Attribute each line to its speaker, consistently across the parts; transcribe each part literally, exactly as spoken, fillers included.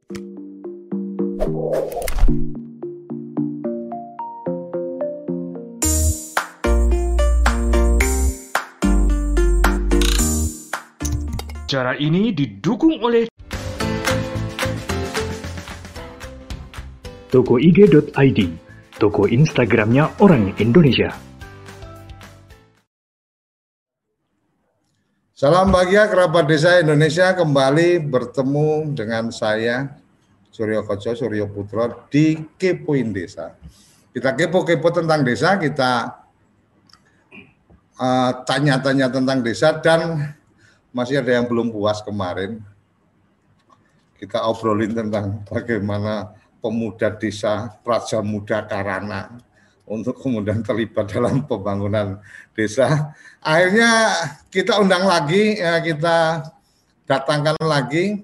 Speaker 1: Acara ini didukung oleh Toko I G dot I D, toko Instagramnya orang Indonesia.
Speaker 2: Salam bahagia kerabat desa Indonesia, kembali bertemu dengan saya Suryo Koco Suryo Putro di Kepoin Desa. Kita kepo-kepo tentang desa, kita uh, tanya-tanya tentang desa, dan masih ada yang belum puas kemarin. Kita obrolin tentang bagaimana pemuda desa Praja Muda Karana untuk kemudian terlibat dalam pembangunan desa. Akhirnya kita undang lagi, ya, kita datangkan lagi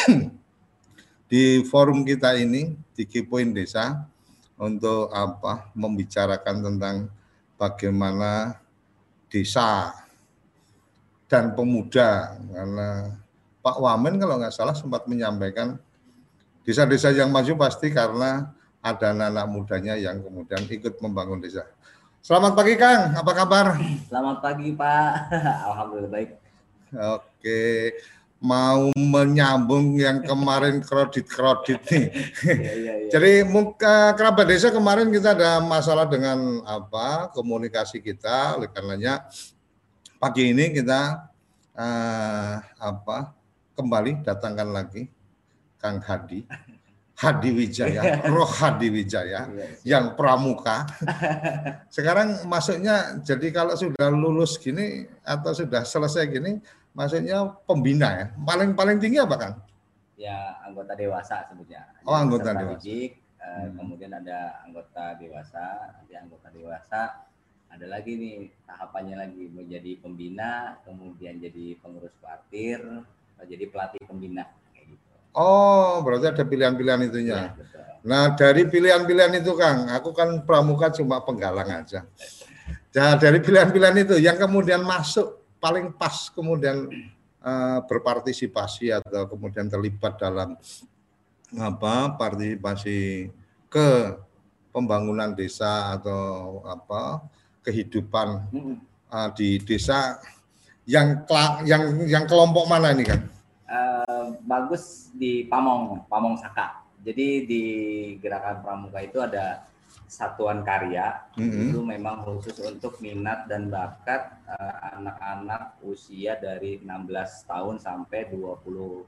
Speaker 2: di forum kita ini di Kepoin Desa untuk apa membicarakan tentang bagaimana desa dan pemuda, karena Pak Wamen kalau nggak salah sempat menyampaikan desa-desa yang maju pasti karena ada anak-anak mudanya yang kemudian ikut membangun desa. Selamat pagi Kang, apa kabar?
Speaker 3: Selamat pagi Pak, alhamdulillah baik.
Speaker 2: Oke, mau menyambung yang kemarin kredit-kredit nih.
Speaker 3: Ya, ya, ya.
Speaker 2: Jadi muka kerabat desa kemarin kita ada masalah dengan apa komunikasi kita, oleh karenanya pagi ini kita uh, apa kembali datangkan lagi Kang Hadi, Hadi Wijaya, Roh Hadi Wijaya yang pramuka. Sekarang masuknya jadi kalau sudah lulus gini atau sudah selesai gini, masuknya pembina ya. Paling paling tinggi apa Kang?
Speaker 3: Ya anggota dewasa sebutnya.
Speaker 2: Oh anggota dewasa.
Speaker 3: Didik, hmm. Kemudian ada anggota dewasa, nanti anggota dewasa. Ada lagi nih tahapannya lagi menjadi pembina, kemudian jadi pengurus partir, jadi pelatih pembina kayak gitu.
Speaker 2: Oh, berarti ada pilihan-pilihan itunya.
Speaker 3: Ya,
Speaker 2: nah, dari pilihan-pilihan itu Kang, aku kan pramuka cuma penggalang aja. Nah, dari pilihan-pilihan itu yang kemudian masuk paling pas kemudian uh, berpartisipasi atau kemudian terlibat dalam apa partisipasi ke pembangunan desa atau apa kehidupan uh, di desa yang yang yang kelompok mana ini Kan?
Speaker 3: Uh, bagus di Pamong, Pamong Saka. Jadi di gerakan pramuka itu ada satuan karya, mm-hmm. itu memang khusus untuk minat dan bakat uh, anak-anak usia dari enam belas tahun sampai dua puluh